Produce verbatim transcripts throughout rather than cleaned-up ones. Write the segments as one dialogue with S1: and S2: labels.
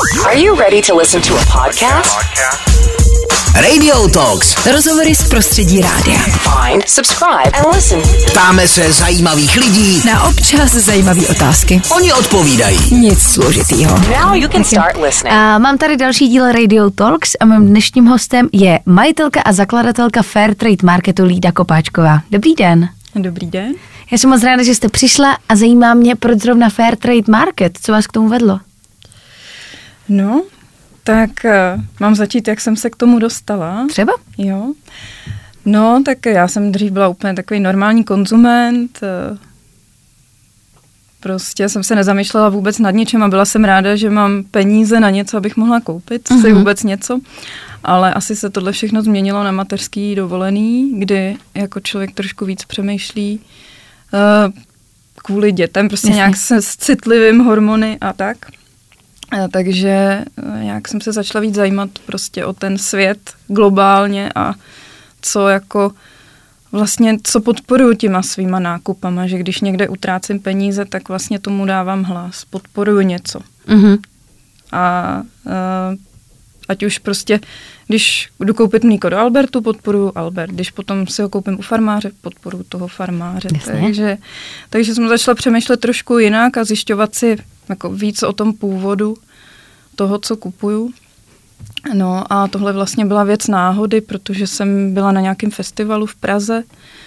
S1: Are you ready to listen to a podcast?
S2: Radio Talks.
S3: Rozhovory z prostředí rádia.
S1: Find, subscribe and listen.
S2: Ptáme se zajímavých lidí.
S3: Na občas zajímavé otázky.
S2: Oni odpovídají.
S3: Nic složitýho.
S1: Now you can start listening.
S4: A mám tady další díl Radio Talks a mým dnešním hostem je majitelka a zakladatelka Fairtrade Marketu Lída Kopáčková. Dobrý den.
S5: Dobrý den.
S4: Já jsem moc ráda, že jste přišla a zajímá mě, proč zrovna Fairtrade Market. Co vás k tomu vedlo?
S5: No, tak uh, mám začít, jak jsem se k tomu dostala.
S4: Třeba?
S5: Jo. No, tak já jsem dřív byla úplně takový normální konzument. Uh, prostě jsem se nezamýšlela vůbec nad ničem a byla jsem ráda, že mám peníze na něco, abych mohla koupit uh-huh. si vůbec něco. Ale asi se tohle všechno změnilo na mateřský dovolený, kdy jako člověk trošku víc přemýšlí uh, kvůli dětem, prostě Jasně. nějak se s citlivým hormony a tak. Takže nějak jsem se začala víc zajímat prostě o ten svět globálně a co jako vlastně, co podporuju těma svýma nákupama, že když někde utrácím peníze, tak vlastně tomu dávám hlas, podporuju něco. Mm-hmm. A uh, ať už prostě, když jdu koupit mlíko do Albertu, podporuju Albert, když potom si ho koupím u farmáře, podporuju toho farmáře. Takže, takže jsem začala přemýšlet trošku jinak a zjišťovat si jako víc o tom původu toho, co kupuju. No a tohle vlastně byla věc náhody, protože jsem byla na nějakém festivalu v Praze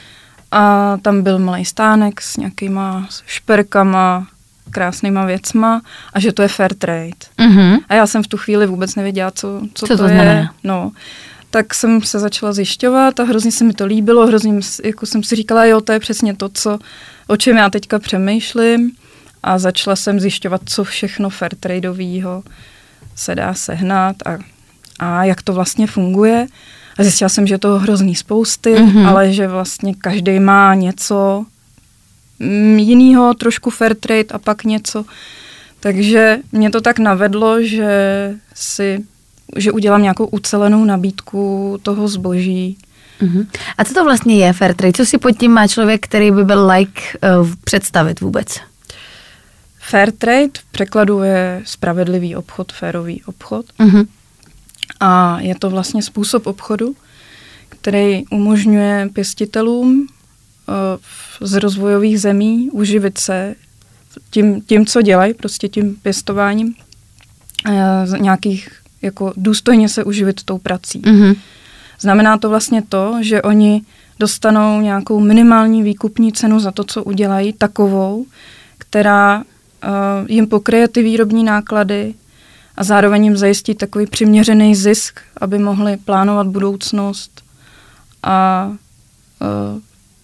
S5: a tam byl malý stánek s nějakýma šperkama, krásnýma věcma a že to je Fairtrade. Mm-hmm. A já jsem v tu chvíli vůbec nevěděla, co, co, co to, to je. Znamená? No, tak jsem se začala zjišťovat a hrozně se mi to líbilo, hrozně jako jsem si říkala, jo, to je přesně to, co, o čem já teďka přemýšlím. A začala jsem zjišťovat, co všechno fairtradeovýho se dá sehnat a, a jak to vlastně funguje. A zjistila jsem, že je toho hrozný spousty, mm-hmm. ale že vlastně každý má něco jinýho, trošku fairtrade a pak něco. Takže mě to tak navedlo, že si, že udělám nějakou ucelenou nabídku toho zboží.
S4: Mm-hmm. A co to vlastně je Fairtrade? Co si pod tím má člověk, který by byl like uh, představit vůbec?
S5: Fairtrade v překladu je spravedlivý obchod, férový obchod. Mm-hmm. A je to vlastně způsob obchodu, který umožňuje pěstitelům uh, z rozvojových zemí uživit se tím, tím co dělají, prostě tím pěstováním, uh, nějakých, jako důstojně se uživit tou prací. Mm-hmm. Znamená to vlastně to, že oni dostanou nějakou minimální výkupní cenu za to, co udělají, takovou, která Uh, jim pokryje ty výrobní náklady a zároveň jim zajistí takový přiměřený zisk, aby mohli plánovat budoucnost a, uh,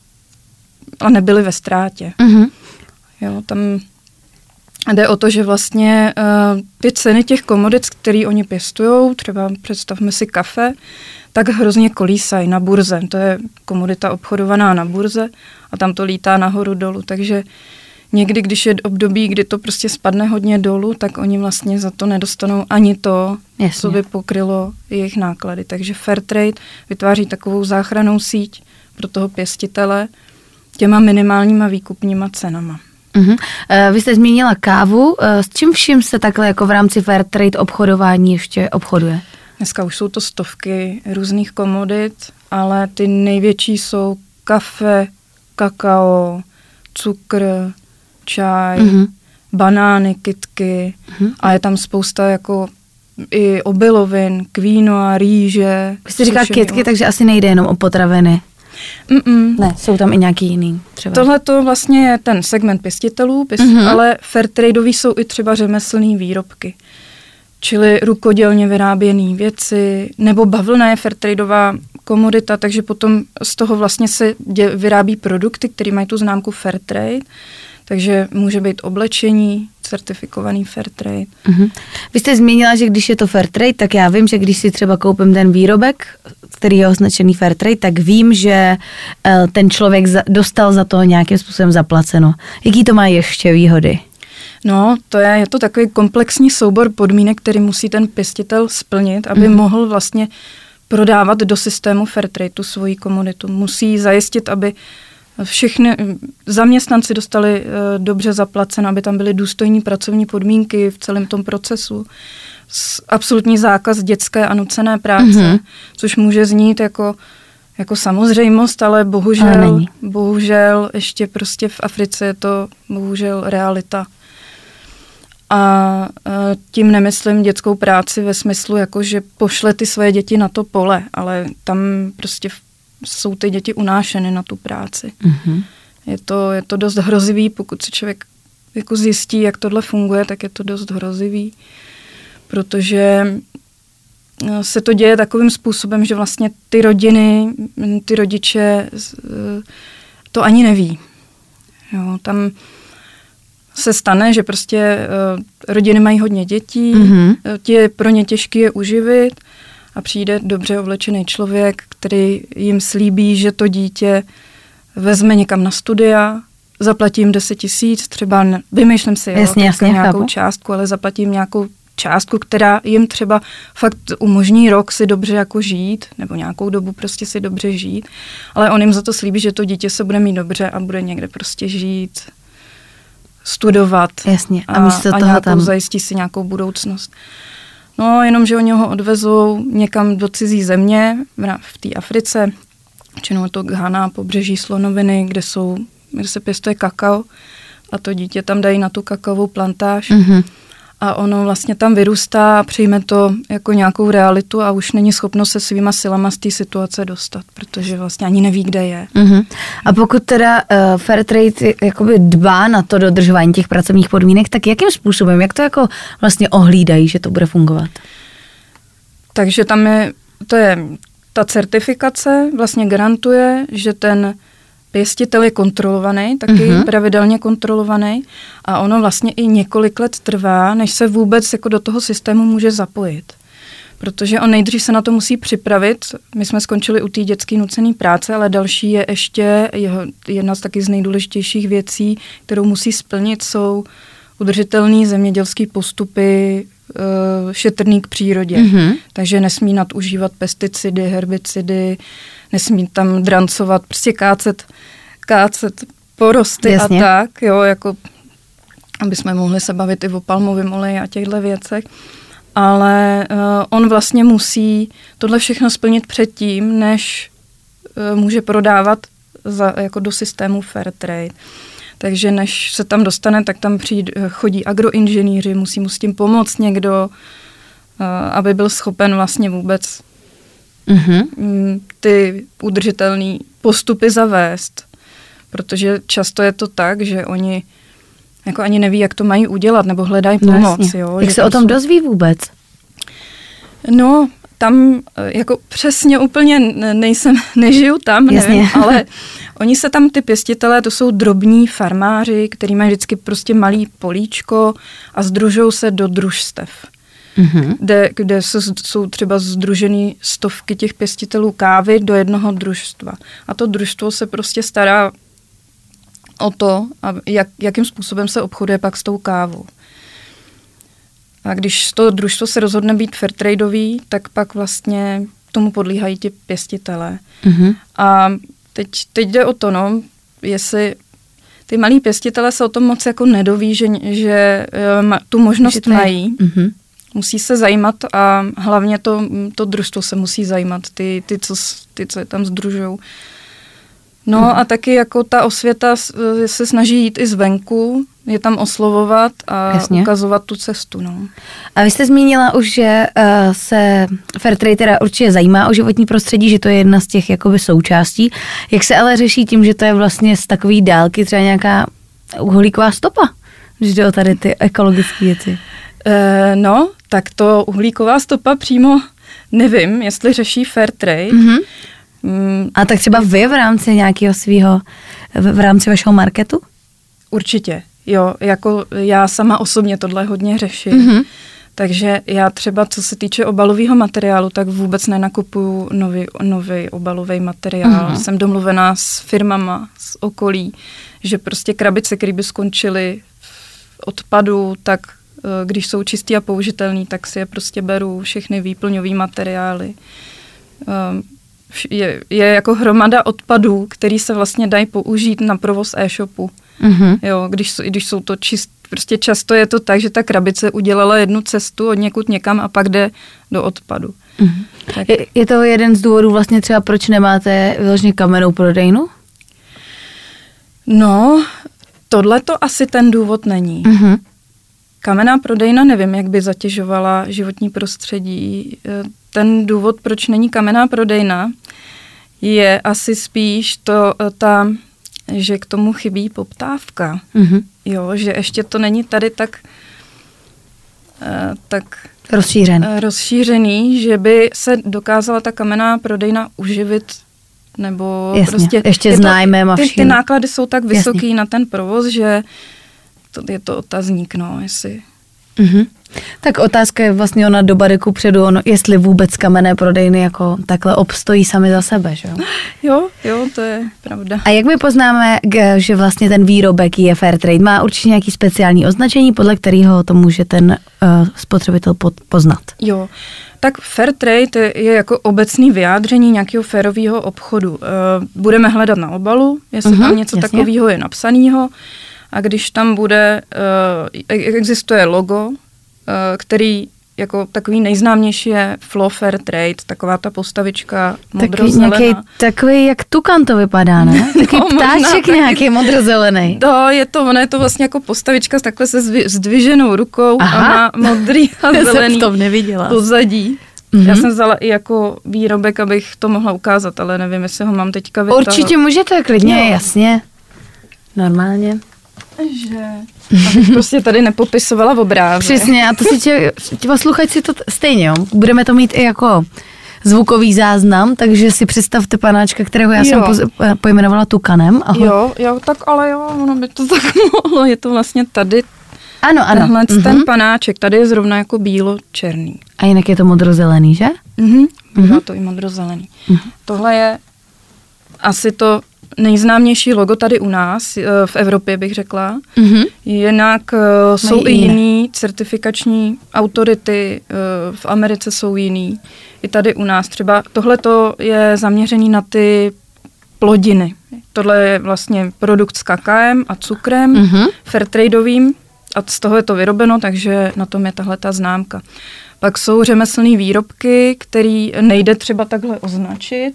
S5: a nebyli ve ztrátě. Mm-hmm. Jo, tam jde o to, že vlastně uh, ty ceny těch komodit, které oni pěstujou, třeba představme si kafe, tak hrozně kolísají na burze. To je komodita obchodovaná na burze a tam to lítá nahoru dolů, takže někdy, když je období, kdy to prostě spadne hodně dolů, tak oni vlastně za to nedostanou ani to, Jasně. co by pokrylo jejich náklady. Takže Fairtrade vytváří takovou záchrannou síť pro toho pěstitele těma minimálníma výkupníma cenama.
S4: Uh-huh. Vy jste zmínila kávu. S čím vším se takhle jako v rámci Fairtrade obchodování ještě obchoduje?
S5: Dneska už jsou to stovky různých komodit, ale ty největší jsou kafe, kakao, cukr, čaj, mm-hmm. banány, kytky mm-hmm. a je tam spousta jako i obilovin, quinoa, rýže.
S4: Vy jste říká kytky, takže asi nejde jenom o potraviny. Mm-mm. Ne, jsou tam i nějaký jiný třeba.
S5: Tohle to vlastně je ten segment pěstitelů, pěst, mm-hmm. ale fairtradeový jsou i třeba řemeslný výrobky. Čili rukodělně vyráběné věci, nebo bavlna je fairtradeová komodita, takže potom z toho vlastně se dě, vyrábí produkty, které mají tu známku Fairtrade, takže může být oblečení, certifikovaný Fairtrade.
S4: Uh-huh. Vy jste zmínila, že když je to Fairtrade, tak já vím, že když si třeba koupím ten výrobek, který je označený Fairtrade, tak vím, že uh, ten člověk za, dostal za to nějakým způsobem zaplaceno. Jaký to má ještě výhody?
S5: No, to je, je to takový komplexní soubor podmínek, který musí ten pěstitel splnit, aby uh-huh. mohl vlastně prodávat do systému Fairtrade tu svoji komoditu. Musí zajistit, aby Všichni zaměstnanci dostali dobře zaplaceno, aby tam byly důstojní pracovní podmínky v celém tom procesu. Absolutní zákaz dětské a nucené práce, mm-hmm. což může znít jako, jako samozřejmost, ale bohužel, ale bohužel ještě prostě v Africe je to bohužel realita. A tím nemyslím dětskou práci ve smyslu, jako že pošle ty své děti na to pole, ale tam prostě jsou ty děti unášeny na tu práci. Mm-hmm. Je to, je to dost hrozivý, pokud si člověk jako zjistí, jak tohle funguje, tak je to dost hrozivý, protože se to děje takovým způsobem, že vlastně ty rodiny, ty rodiče to ani neví. Jo, tam se stane, že prostě rodiny mají hodně dětí, mm-hmm. je pro ně těžké je uživit a přijde dobře oblečený člověk, který jim slíbí, že to dítě vezme někam na studia, zaplatí jim deset tisíc, třeba vymýšlím si,
S4: jasně,
S5: jo,
S4: jasně,
S5: nějakou
S4: chápu.
S5: částku, ale zaplatí jim nějakou částku, která jim třeba fakt umožní rok si dobře jako žít, nebo nějakou dobu prostě si dobře žít, ale on jim za to slíbí, že to dítě se bude mít dobře a bude někde prostě žít, studovat.
S4: Jasně. A,
S5: a
S4: místo
S5: a
S4: toho
S5: nějakou,
S4: tam
S5: zajistí si nějakou budoucnost. No, jenom, že oni ho odvezou někam do cizí země, v té Africe, činou je to Ghana, pobřeží Slonoviny, kde, jsou, kde se pěstuje kakao a to dítě tam dají na tu kakaovou plantáž mm-hmm. a ono vlastně tam vyrůstá a přijme to jako nějakou realitu a už není schopno se svýma silama z té situace dostat, protože vlastně ani neví, kde je.
S4: Mm-hmm. A pokud teda uh, Fairtrade jakoby dbá na to dodržování těch pracovních podmínek, tak jakým způsobem, jak to jako vlastně ohlídají, že to bude fungovat?
S5: Takže tam je, to je ta certifikace vlastně garantuje, že ten pěstitel je kontrolovaný, taky uh-huh. pravidelně kontrolovaný a ono vlastně i několik let trvá, než se vůbec jako do toho systému může zapojit. Protože on nejdřív se na to musí připravit. My jsme skončili u té dětské nucené práce, ale další je ještě jeho, jedna z taky z nejdůležitějších věcí, kterou musí splnit, jsou udržitelné zemědělské postupy, uh, šetrný k přírodě. Mm-hmm. Takže nesmí nadužívat pesticidy, herbicidy, nesmí tam drancovat, prostě kácet, kácet porosty Jasně. a tak, jo, jako aby jsme mohli se bavit i o palmovém oleji a těchto věcech. Ale uh, on vlastně musí tohle všechno splnit předtím, než uh, může prodávat za, jako do systému Fairtrade. Takže než se tam dostane, tak tam přijde, chodí agroinženýři, musí mu s tím pomoct někdo, uh, aby byl schopen vlastně vůbec mm-hmm. um, ty udržitelné postupy zavést. Protože často je to tak, že oni jako ani neví, jak to mají udělat, nebo hledají pomoc.
S4: No,
S5: jo,
S4: jak se o tom jsou... dozví vůbec?
S5: No, tam jako přesně úplně nejsem, nežiju tam, nevím, ale oni se tam, ty pěstitelé, to jsou drobní farmáři, kteří mají vždycky prostě malý políčko a sdružují se do družstev, mm-hmm. kde, kde se, jsou třeba sdružený stovky těch pěstitelů kávy do jednoho družstva. A to družstvo se prostě stará o to, jak, jakým způsobem se obchoduje pak s tou kávou. A když to družstvo se rozhodne být fairtradeový, tak pak vlastně tomu podlíhají ti pěstitelé. Mm-hmm. A teď, teď jde o to, no, jestli ty malí pěstitelé se o tom moc jako nedoví, že, že ma, tu možnost mají. Mm-hmm. Musí se zajímat a hlavně to, to družstvo se musí zajímat, ty, ty, co, ty, co je tam sdružují. No hmm. a taky jako ta osvěta se snaží jít i zvenku, je tam oslovovat a Jasně. ukazovat tu cestu. No.
S4: A vy jste zmínila už, že uh, se Fairtrade teda určitě zajímá o životní prostředí, že to je jedna z těch jakoby součástí. Jak se ale řeší tím, že to je vlastně z takové dálky třeba nějaká uhlíková stopa, když jde o tady ty ekologické věci?
S5: E, no, tak to uhlíková stopa přímo nevím, jestli řeší Fairtrade. Mm-hmm.
S4: A tak třeba vy v rámci nějakého svého, v rámci vašeho marketu?
S5: Určitě, jo, jako já sama osobně tohle hodně řeším, mm-hmm. takže já třeba, co se týče obalového materiálu, tak vůbec nenakupuju nový, nový obalový materiál. Mm-hmm. Jsem domluvená s firmama z okolí, že prostě krabice, které by skončily v odpadu, tak když jsou čistý a použitelný, tak si je prostě beru, všechny výplňové materiály. je, je jako hromada odpadů, který se vlastně dají použít na provoz e-shopu.
S4: Mhm.
S5: Jo, když, když jsou to čist, prostě často je to tak, že ta krabice udělala jednu cestu od někud někam a pak jde do odpadu.
S4: Mhm.
S5: Tak.
S4: Je, je to jeden z důvodů vlastně třeba, proč nemáte vyloženě kamennou prodejnu?
S5: No, tohle to asi ten důvod není.
S4: Mhm.
S5: Kamenná prodejna nevím, jak by zatěžovala životní prostředí. Ten důvod, proč není kamenná prodejna, je asi spíš to, ta, že k tomu chybí poptávka.
S4: Mhm.
S5: Jo, že ještě to není tady tak, tak
S4: Rozšířen.
S5: rozšířený, že by se dokázala ta kamenná prodejna uživit nebo
S4: Jasně,
S5: prostě...
S4: ještě
S5: je
S4: s
S5: to-
S4: nájmem a
S5: ty, ty
S4: vším.
S5: náklady jsou tak vysoký
S4: Jasně.
S5: na ten provoz, že to, je to otazník, no, jestli...
S4: Mhm. Tak otázka je vlastně ona do bary kupředu, ono, jestli vůbec kamenné prodejny jako takhle obstojí sami za sebe, že jo?
S5: Jo, jo, to je pravda.
S4: A jak my poznáme, g- že vlastně ten výrobek je fair trade? Má určitě nějaký speciální označení, podle kterého to může ten uh, spotřebitel pod- poznat?
S5: Jo, tak fair trade je, je jako obecný vyjádření nějakého férového obchodu. Uh, budeme hledat na obalu, jestli
S4: Mhm,
S5: tam něco
S4: jasně.
S5: takového je napsanýho, a když tam bude, uh, existuje logo, uh, který jako takový nejznámější je Flow Fair Trade, taková ta postavička
S4: Takový
S5: modrozelená.
S4: nějaký, takový, jak tukan to vypadá, ne? Takový
S5: No, možná
S4: ptáček
S5: taky.
S4: nějaký modrozelený.
S5: No, je to, ono je to vlastně jako postavička s takhle se zdvi, zdviženou rukou
S4: Aha.
S5: a má modrý a zelený
S4: neviděla.
S5: pozadí.
S4: Mhm.
S5: Já jsem vzala i jako výrobek, abych to mohla ukázat, ale nevím, jestli ho mám teďka vytáhnout.
S4: Určitě můžete, klidně,
S5: Jo.
S4: jasně. Normálně.
S5: Že... Abych prostě tady nepopisovala obrázek.
S4: Přesně, a to si tě, ti posluchači to t- stejně, jo. Budeme to mít i jako zvukový záznam, takže si představte panáčka, kterého já
S5: Jo.
S4: jsem poz, pojmenovala tukanem. Ahoj.
S5: Jo, jo, tak ale jo, ono by to tak mohlo. Je to vlastně tady,
S4: Ano, ano.
S5: tenhle
S4: Mhm.
S5: ten panáček, tady je zrovna jako bílo-černý.
S4: A jinak je to modrozelený, že?
S5: Mhm, bývá
S4: Mhm.
S5: to i modrozelený. Tohle je asi to nejznámější logo tady u nás, eh, v Evropě bych řekla.
S4: Mhm.
S5: Jinak eh, jsou
S4: i
S5: i
S4: jiné.
S5: jiný certifikační autority, eh, v Americe jsou jiný. I tady u nás třeba, tohleto je zaměřený na ty plodiny. Tohle je vlastně produkt s kakaem a cukrem,
S4: Mhm.
S5: fairtradeovým, a z toho je to vyrobeno, takže na tom je tahle ta známka. Pak jsou řemeslné výrobky, který nejde třeba takhle označit.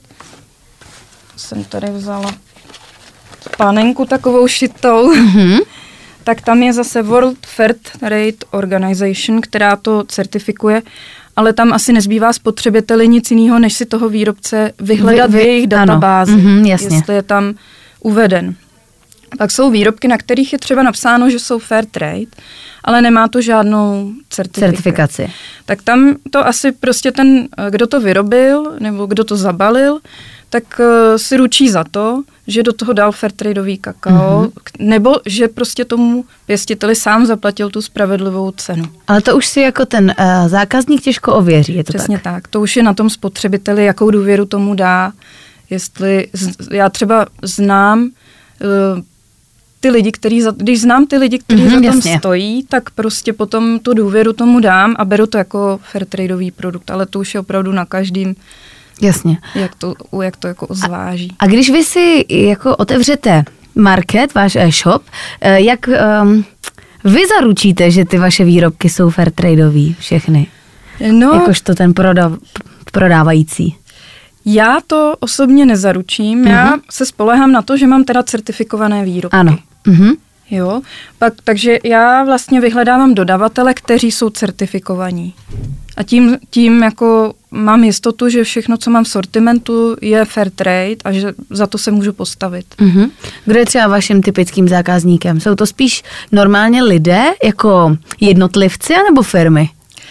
S5: Jsem tady vzala panenku takovou šitou.
S4: Mhm.
S5: Tak tam je zase World Fair Trade Organization, která to certifikuje, ale tam asi nezbývá spotřebiteli nic jiného, než si toho výrobce vyhledat
S4: Vy- vy-
S5: v jejich
S4: ano.
S5: databázi,
S4: Mhm, jasně.
S5: jestli je tam uveden. Pak jsou výrobky, na kterých je třeba napsáno, že jsou fair trade, ale nemá to žádnou certifikaci.
S4: Certifikaci.
S5: Tak tam to asi prostě ten, kdo to vyrobil, nebo kdo to zabalil, tak uh, si ručí za to, že do toho dal fairtradeový kakao, mm-hmm. nebo že prostě tomu pěstiteli sám zaplatil tu spravedlivou cenu.
S4: Ale to už si jako ten uh, zákazník těžko ověří, je to
S5: Přesně
S4: tak?
S5: tak. To už je na tom spotřebiteli, jakou důvěru tomu dá. Jestli z, já třeba znám uh, ty lidi, který za, když znám ty lidi, kteří
S4: Mhm,
S5: za tom
S4: jasně.
S5: stojí, tak prostě potom tu důvěru tomu dám a beru to jako fairtradeový produkt, ale to už je opravdu na každým,
S4: Jasně.
S5: jak to, jak to jako zváží.
S4: A když vy si jako otevřete market, váš e-shop, eh, jak um, vy zaručíte, že ty vaše výrobky jsou fair tradeový všechny?
S5: No,
S4: Jakožto ten prodav, prodávající.
S5: já to osobně nezaručím, uh-huh. já se spolehám na to, že mám teda certifikované výrobky.
S4: Ano. Mhm.
S5: Jo, pak, takže já vlastně vyhledávám dodavatele, kteří jsou certifikovaní. A tím, tím jako mám jistotu, že všechno, co mám v sortimentu, je fair trade a že za to se můžu postavit.
S4: Mhm. Kdo je třeba vaším typickým zákazníkem? Jsou to spíš normálně lidé, jako jednotlivci, anebo firmy?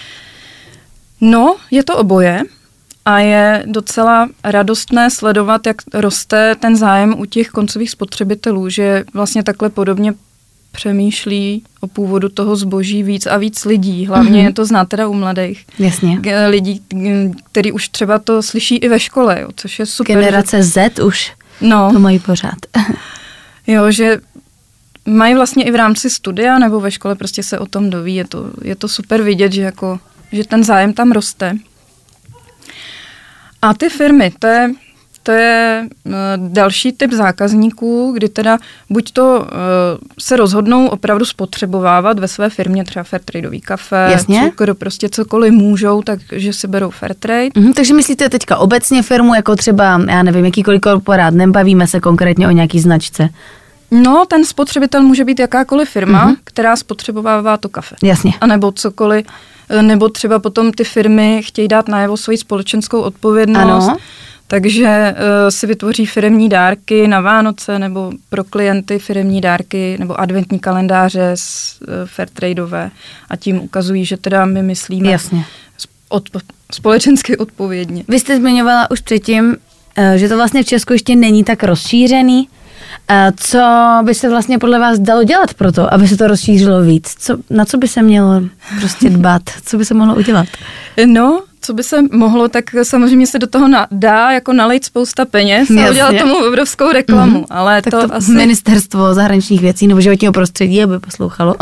S5: No, je to oboje a je docela radostné sledovat, jak roste ten zájem u těch koncových spotřebitelů, že vlastně takhle podobně přemýšlí o původu toho zboží víc a víc lidí. Hlavně
S4: Mhm.
S5: je to znát teda u mladých
S4: Jasně.
S5: G- lidí, g- který už třeba to slyší i ve škole, jo, což je super.
S4: Generace Z už
S5: Že, no,
S4: to mají pořád.
S5: jo, že mají vlastně i v rámci studia nebo ve škole prostě se o tom doví. Je to, je to super vidět, že, jako, že ten zájem tam roste. A ty firmy, to je to je uh, další typ zákazníků, kdy teda buď to uh, se rozhodnou opravdu spotřebovávat ve své firmě třeba fairtradeový kafe,
S4: Jasně.
S5: cukr, prostě cokoliv můžou, takže si berou fairtrade.
S4: Mhm, takže myslíte teďka obecně firmu, jako třeba, já nevím, jakýkoliv korporát, nebavíme se konkrétně o nějaký značce.
S5: No, ten spotřebitel může být jakákoliv firma, mm-hmm. která spotřebovává to kafe.
S4: Jasně.
S5: A nebo cokoliv, nebo třeba potom ty firmy chtějí dát najevo svoji společenskou odpovědnost,
S4: ano.
S5: takže uh, si vytvoří firemní dárky na Vánoce nebo pro klienty firemní dárky nebo adventní kalendáře uh, fairtradeové a tím ukazují, že teda my myslíme
S4: Jasně.
S5: Od, společensky odpovědně.
S4: Vy jste zmiňovala už předtím, že to vlastně v Česku ještě není tak rozšířený. Co by se vlastně podle vás dalo dělat pro to, aby se to rozšířilo víc? Co, na co by se mělo prostě dbat? Co by se mohlo udělat?
S5: No, co by se mohlo, tak samozřejmě se do toho na, dá jako nalejt spousta peněz a udělat tomu obrovskou reklamu. Mm-hmm. Ale
S4: tak
S5: to,
S4: to
S5: asi...
S4: Ministerstvo zahraničních věcí nebo životního prostředí, aby poslouchalo.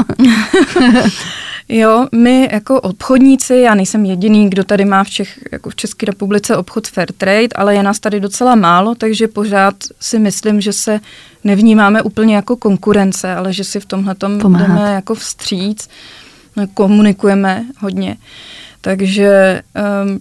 S5: Jo, my jako obchodníci, já nejsem jediný, kdo tady má v, Čech, jako v České republice obchod Fairtrade, ale je nás tady docela málo, takže pořád si myslím, že se nevnímáme úplně jako konkurence, ale že si v tomhletom jdeme jako vstříc, komunikujeme hodně. Takže um,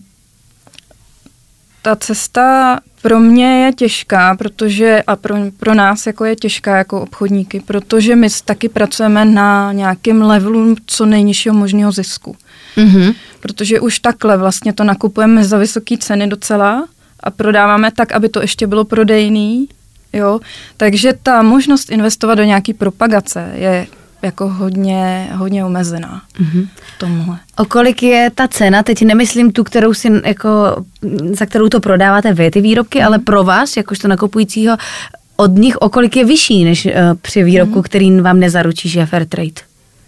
S5: ta cesta pro mě je těžká, protože a pro, pro nás jako je těžká jako obchodníky, protože my taky pracujeme na nějakém levelu co nejnižšího možného zisku. Mm-hmm. Protože už takhle vlastně to nakupujeme za vysoké ceny docela a prodáváme tak, aby to ještě bylo prodejný. Jo? Takže ta možnost investovat do nějaký propagace je jako hodně, hodně omezená mm-hmm. tomhle.
S4: O kolik je ta cena? Teď nemyslím tu, kterou si jako, za kterou to prodáváte vy, ty výrobky, mm. ale pro vás, jakožto nakupujícího, od nich o kolik je vyšší, než uh, při výrobku, mm. který vám nezaručí, že je fair trade?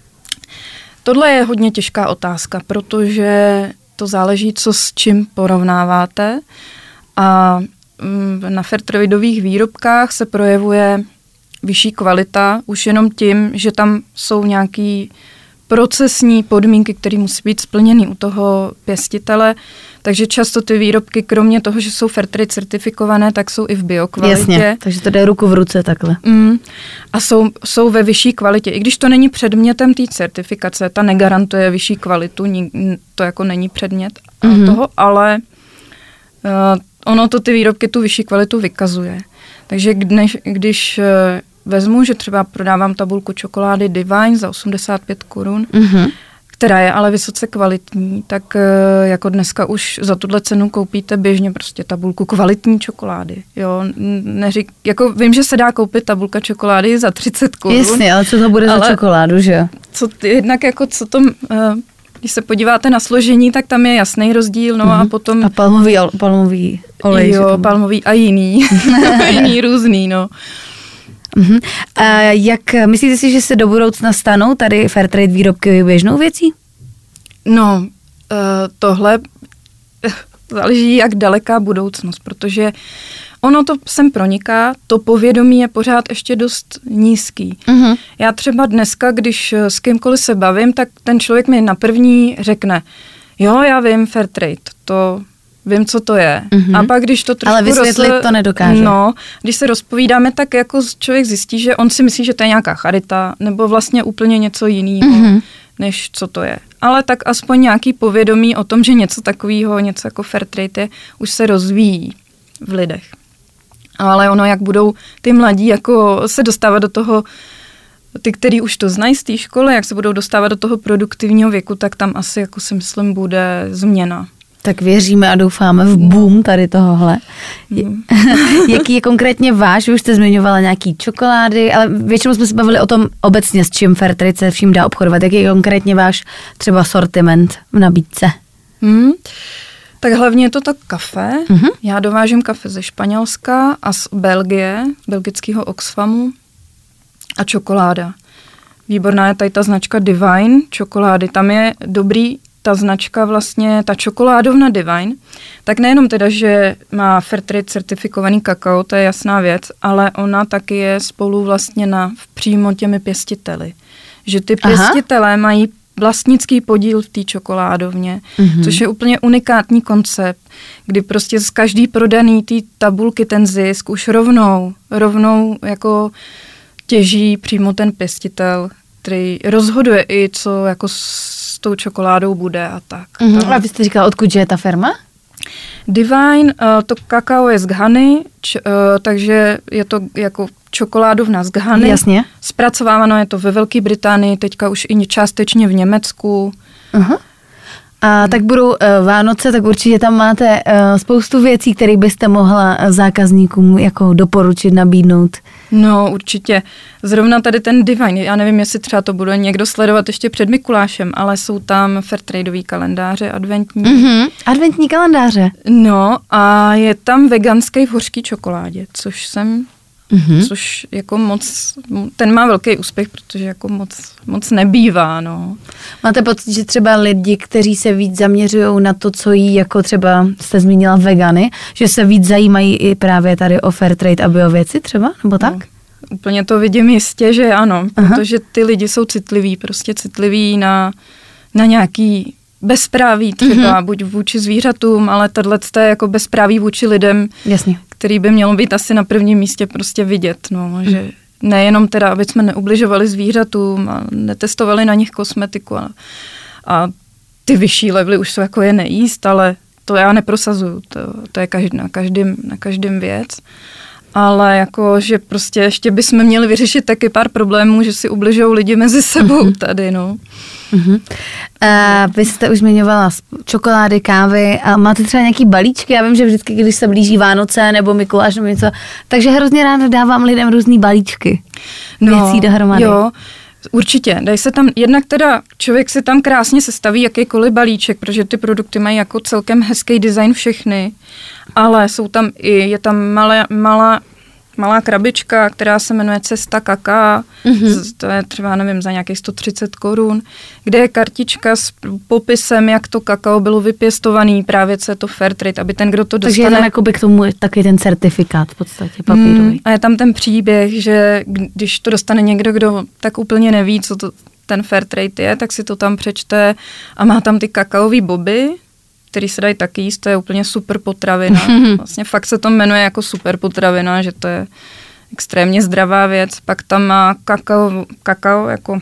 S5: Tohle je hodně těžká otázka, protože to záleží, co s čím porovnáváte a mm, na fair tradeových výrobkách se projevuje vyšší kvalita už jenom tím, že tam jsou nějaký procesní podmínky, které musí být splněny u toho pěstitele, takže často ty výrobky, kromě toho, že jsou Fairtrade certifikované, tak jsou i v biokvalitě.
S4: Jasně, takže to jde ruku v ruce takhle.
S5: Mm, a jsou, jsou ve vyšší kvalitě. I když to není předmětem té certifikace, ta negarantuje vyšší kvalitu, to jako není předmět mm-hmm. toho, ale uh, ono to ty výrobky tu vyšší kvalitu vykazuje. Takže když, když vezmu, že třeba prodávám tabulku čokolády Divine za osmdesát pět korun, mm-hmm. která je ale vysoce kvalitní, tak jako dneska už za tuhle cenu koupíte běžně prostě tabulku kvalitní čokolády. Jo, neřík, jako vím, že se dá koupit tabulka čokolády za třicet korun.
S4: Jasně, ale co to bude za čokoládu, že jo?
S5: Co, jednak jako co to... Když se podíváte na složení, tak tam je jasný rozdíl, no mm-hmm. a potom...
S4: A palmový, palmový olej.
S5: Jo, palmový a jiný. jiný různý, no.
S4: Mm-hmm. A jak myslíte si, že se do budoucna stanou tady Fairtrade výrobky běžnou věcí?
S5: No, tohle záleží, jak daleká budoucnost, protože ono to sem proniká, to povědomí je pořád ještě dost nízký. Mm-hmm. Já třeba dneska, když s kýmkoliv se bavím, tak ten člověk mi na první řekne, jo, já vím, Fairtrade, to vím, co to je. Mm-hmm. A pak, když to trošku...
S4: Ale vysvětlit roz... to nedokáže.
S5: No, když se rozpovídáme, tak jako člověk zjistí, že on si myslí, že to je nějaká charita, nebo vlastně úplně něco jiného, mm-hmm. než co to je. Ale tak aspoň nějaký povědomí o tom, že něco takového, něco jako Fairtrade je, už se rozvíjí v lidech. Ale ono, jak budou ty mladí jako se dostávat do toho, ty, který už to znají z té školy, jak se budou dostávat do toho produktivního věku, tak tam asi, jako si myslím, bude změna.
S4: Tak věříme a doufáme v boom tady tohohle. Mm. Jaký je konkrétně váš? Vy už jste zmiňovala nějaký čokolády, ale většinou jsme se bavili o tom obecně, s čím Fairtrade se vším dá obchodovat. Jaký je konkrétně váš třeba sortiment v nabídce? Mm.
S5: Tak hlavně je to tak kafe. Mm-hmm. Já dovážím kafe ze Španělska a z Belgie, belgického Oxfamu a čokoláda. Výborná je tady ta značka Divine čokolády. Tam je dobrý ta značka vlastně, ta čokoládovna Divine. Tak nejenom teda, že má Fairtrade certifikovaný kakao, to je jasná věc, ale ona taky je spolu vlastněna přímo těmi pěstiteli. Že ty pěstitelé mají vlastnický podíl v té čokoládovně,
S4: Mhm.
S5: což je úplně unikátní koncept, kdy prostě z každý prodaný té tabulky ten zisk už rovnou, rovnou jako těží přímo ten pěstitel, který rozhoduje i, co jako s tou čokoládou bude a tak.
S4: Mhm.
S5: Tam-
S4: A vy jste říkala, odkud je ta firma?
S5: Divine, uh, to kakao je z Ghany, č, uh, takže je to jako čokoládovna z Ghany.
S4: Jasně.
S5: Zpracováváno je to ve Velké Británii, teďka už i částečně v Německu.
S4: Aha. A tak budou uh, Vánoce, tak určitě tam máte uh, spoustu věcí, které byste mohla uh, zákazníkům jako doporučit, nabídnout.
S5: No určitě. Zrovna tady ten Divine, já nevím, jestli třeba to bude někdo sledovat ještě před Mikulášem, ale jsou tam fairtradeový kalendáře adventní.
S4: Mhm. Adventní kalendáře.
S5: No a je tam veganský v hořký čokoládě, což jsem,
S4: Mhm.
S5: což jako moc, ten má velký úspěch, protože jako moc, moc nebývá, no.
S4: Máte pocit, že třeba lidi, kteří se víc zaměřují na to, co jí, jako třeba jste zmínila vegany, že se víc zajímají i právě tady o fair trade a bio věci třeba, nebo tak?
S5: No, úplně to vidím jistě, že ano,
S4: Aha.
S5: protože ty lidi jsou citliví, prostě citliví na, na nějaký bezpráví třeba, mm-hmm. buď vůči zvířatům, ale tohle je jako bezpráví vůči lidem,
S4: Jasně.
S5: který by mělo být asi na prvním místě prostě vidět, no, mm. že nejenom teda, aby jsme neubližovali zvířatům a netestovali na nich kosmetiku a, a ty vyšší levely už jsou jako je nejíst, ale to já neprosazuju, to, to je každý, na, každým, na každým věc. Ale jako, že prostě ještě bychom měli vyřešit taky pár problémů, že si ubližují lidi mezi sebou mm-hmm. tady, no.
S4: Uh-huh. Uh, vy jste už zmiňovala čokolády, kávy a máte třeba nějaký balíčky? Já vím, že vždycky, když se blíží Vánoce nebo Mikuláš nebo něco, takže hrozně ráda dávám lidem různý balíčky věcí dohromady.
S5: Jo, určitě. Dají se tam, jednak teda člověk si tam krásně sestaví jakýkoliv balíček, protože ty produkty mají jako celkem hezký design všechny, ale jsou tam i, je tam malé, malá, malá krabička, která se jmenuje Cesta kaká, mm-hmm. to je třeba, nevím, za nějakých sto třicet korun, kde je kartička s popisem, jak to kakao bylo vypěstovaný, právě co je to fair trade, aby ten, kdo to dostane...
S4: Takže je tam jakoby k tomu taky ten certifikát v podstatě papírový.
S5: Mm, a je tam ten příběh, že když to dostane někdo, kdo tak úplně neví, co to ten fair trade je, tak si to tam přečte a má tam ty kakaový boby, který se dají taky jíst, to je úplně super potravina. Vlastně fakt se to jmenuje jako super potravina, že to je extrémně zdravá věc. Pak tam má kakao, kakao jako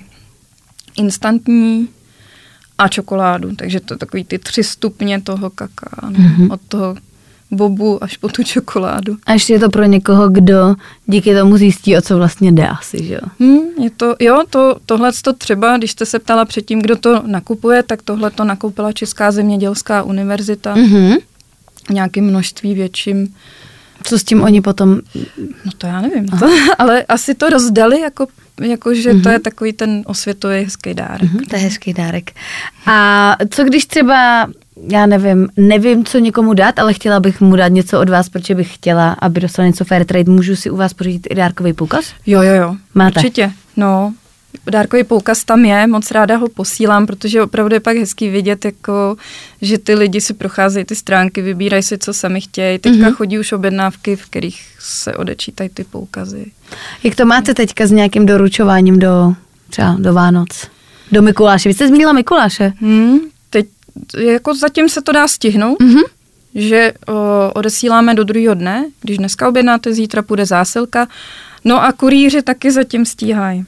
S5: instantní a čokoládu, takže to je takový ty tři stupně toho kakaa, no, mm-hmm. od toho bobu až po tu čokoládu.
S4: A ještě je to pro někoho, kdo díky tomu zjistí, o co vlastně jde asi, že jo?
S5: Hmm, je to, jo, to, tohle to třeba, když jste se ptala předtím, kdo to nakupuje, tak tohle to nakoupila Česká zemědělská univerzita
S4: Mm-hmm.
S5: v nějakém množství větším.
S4: Co s tím oni potom...
S5: No to já nevím, to, ale asi to rozdali, jako, jako že mm-hmm. to je takový ten osvětový hezký dárek.
S4: Mm-hmm, to je hezký dárek. A co když třeba, já nevím, nevím, co někomu dát, ale chtěla bych mu dát něco od vás, protože bych chtěla, aby dostal něco fair trade, můžu si u vás pořídit i dárkový poukaz?
S5: Jo, jo, jo.
S4: Máte?
S5: Určitě, no. Dárkový poukaz tam je, moc ráda ho posílám, protože opravdu je pak hezký vidět, jako, že ty lidi si procházejí ty stránky, vybírají si, co sami chtějí. Teďka mm-hmm. chodí už objednávky, v kterých se odečítají ty poukazy.
S4: Jak to máte teďka s nějakým doručováním do třeba do Vánoc? Do Mikuláše? Vy jste zmínila Mikuláše?
S5: Hmm, teď jako zatím se to dá stihnout, mm-hmm. že o, odesíláme do druhého dne, když dneska objednáte, zítra půjde zásilka. No a kurýři taky zatím stíhají.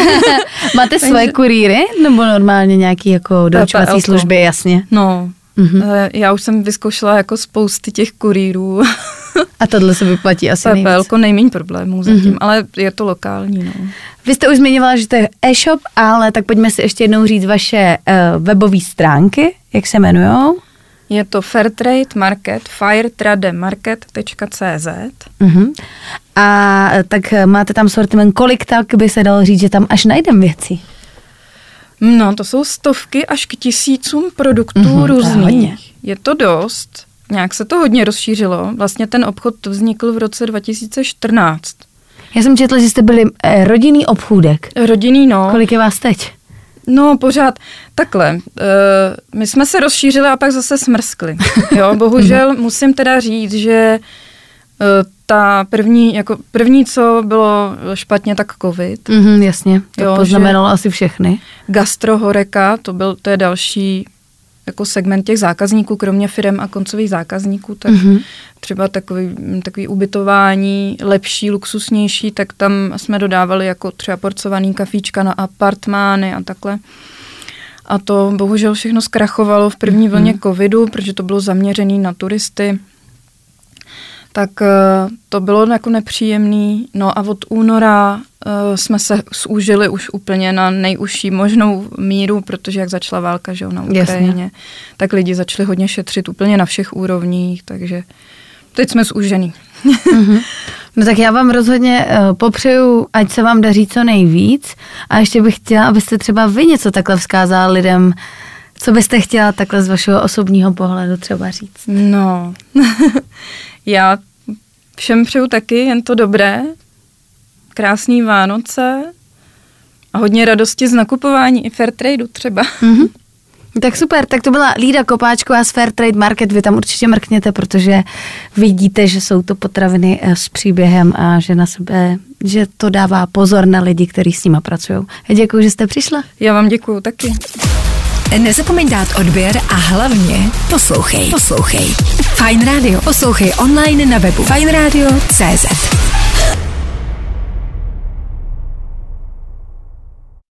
S4: Máte svoje kurýry? Nebo normálně nějaký jako doručovací služby, jasně?
S5: No, mm-hmm. já už jsem vyzkoušela jako spousty těch kurýrů.
S4: A tohle se vyplatí asi nejvíc.
S5: Velko nejméně problémů zatím, mm-hmm. ale je to lokální. No.
S4: Vy jste už zmiňovala, že to je e-shop, ale tak pojďme si ještě jednou říct vaše uh, webové stránky, jak se jmenujou?
S5: Je to Fairtrade Market, firetrademarket tečka cé zet.
S4: Uh-huh. A tak máte tam sortiment, kolik tak by se dalo říct, že tam až najdem věci?
S5: No, to jsou stovky až k tisícům produktů uh-huh, různých. Je to dost. Nějak se to hodně rozšířilo. Vlastně ten obchod vznikl v roce dva tisíce čtrnáct.
S4: Já jsem četla, že jste byli eh, rodinný obchůdek.
S5: Rodinný, no.
S4: Kolik je vás teď?
S5: No, pořád takhle. Uh, my jsme se rozšířili a pak zase smrskli. Jo, bohužel musím teda říct, že uh, ta první, jako první, co bylo špatně, tak covid.
S4: Mm-hmm, jasně, to
S5: jo,
S4: poznamenalo asi všechny.
S5: Gastrohoreka, to byl, to je další jako segment těch zákazníků, kromě firem a koncových zákazníků, tak mm-hmm. třeba takový, takový ubytování lepší, luxusnější, tak tam jsme dodávali jako třeba porcovaný kafíčka na apartmány a takhle. A to bohužel všechno zkrachovalo v první mm-hmm. vlně covidu, protože to bylo zaměřené na turisty. Tak to bylo jako nepříjemný. No a od února uh, jsme se zúžili už úplně na nejužší možnou míru, protože jak začala válka, že jo, na Ukrajině, Jasně. tak lidi začali hodně šetřit úplně na všech úrovních, takže teď jsme zúžený.
S4: Mm-hmm. No tak já vám rozhodně uh, popřeju, ať se vám daří co nejvíc a ještě bych chtěla, abyste třeba vy něco takhle vzkázala lidem, co byste chtěla takhle z vašeho osobního pohledu třeba říct.
S5: No, já všem přeju taky jen to dobré, krásný Vánoce a hodně radosti z nakupování i Fairtradeu třeba.
S4: Mm-hmm. Tak super, tak to byla Lída Kopáčková z Fairtrade Market, vy tam určitě mrkněte, protože vidíte, že jsou to potraviny s příběhem a že na sebe, že to dává pozor na lidi, kteří s nima pracují. Děkuji, že jste přišla.
S5: Já vám děkuju taky.
S3: Nezapomeň dát odběr a hlavně poslouchej. Poslouchej. Fajn Radio. Poslouchej online na webu fajn radio tečka cé zet.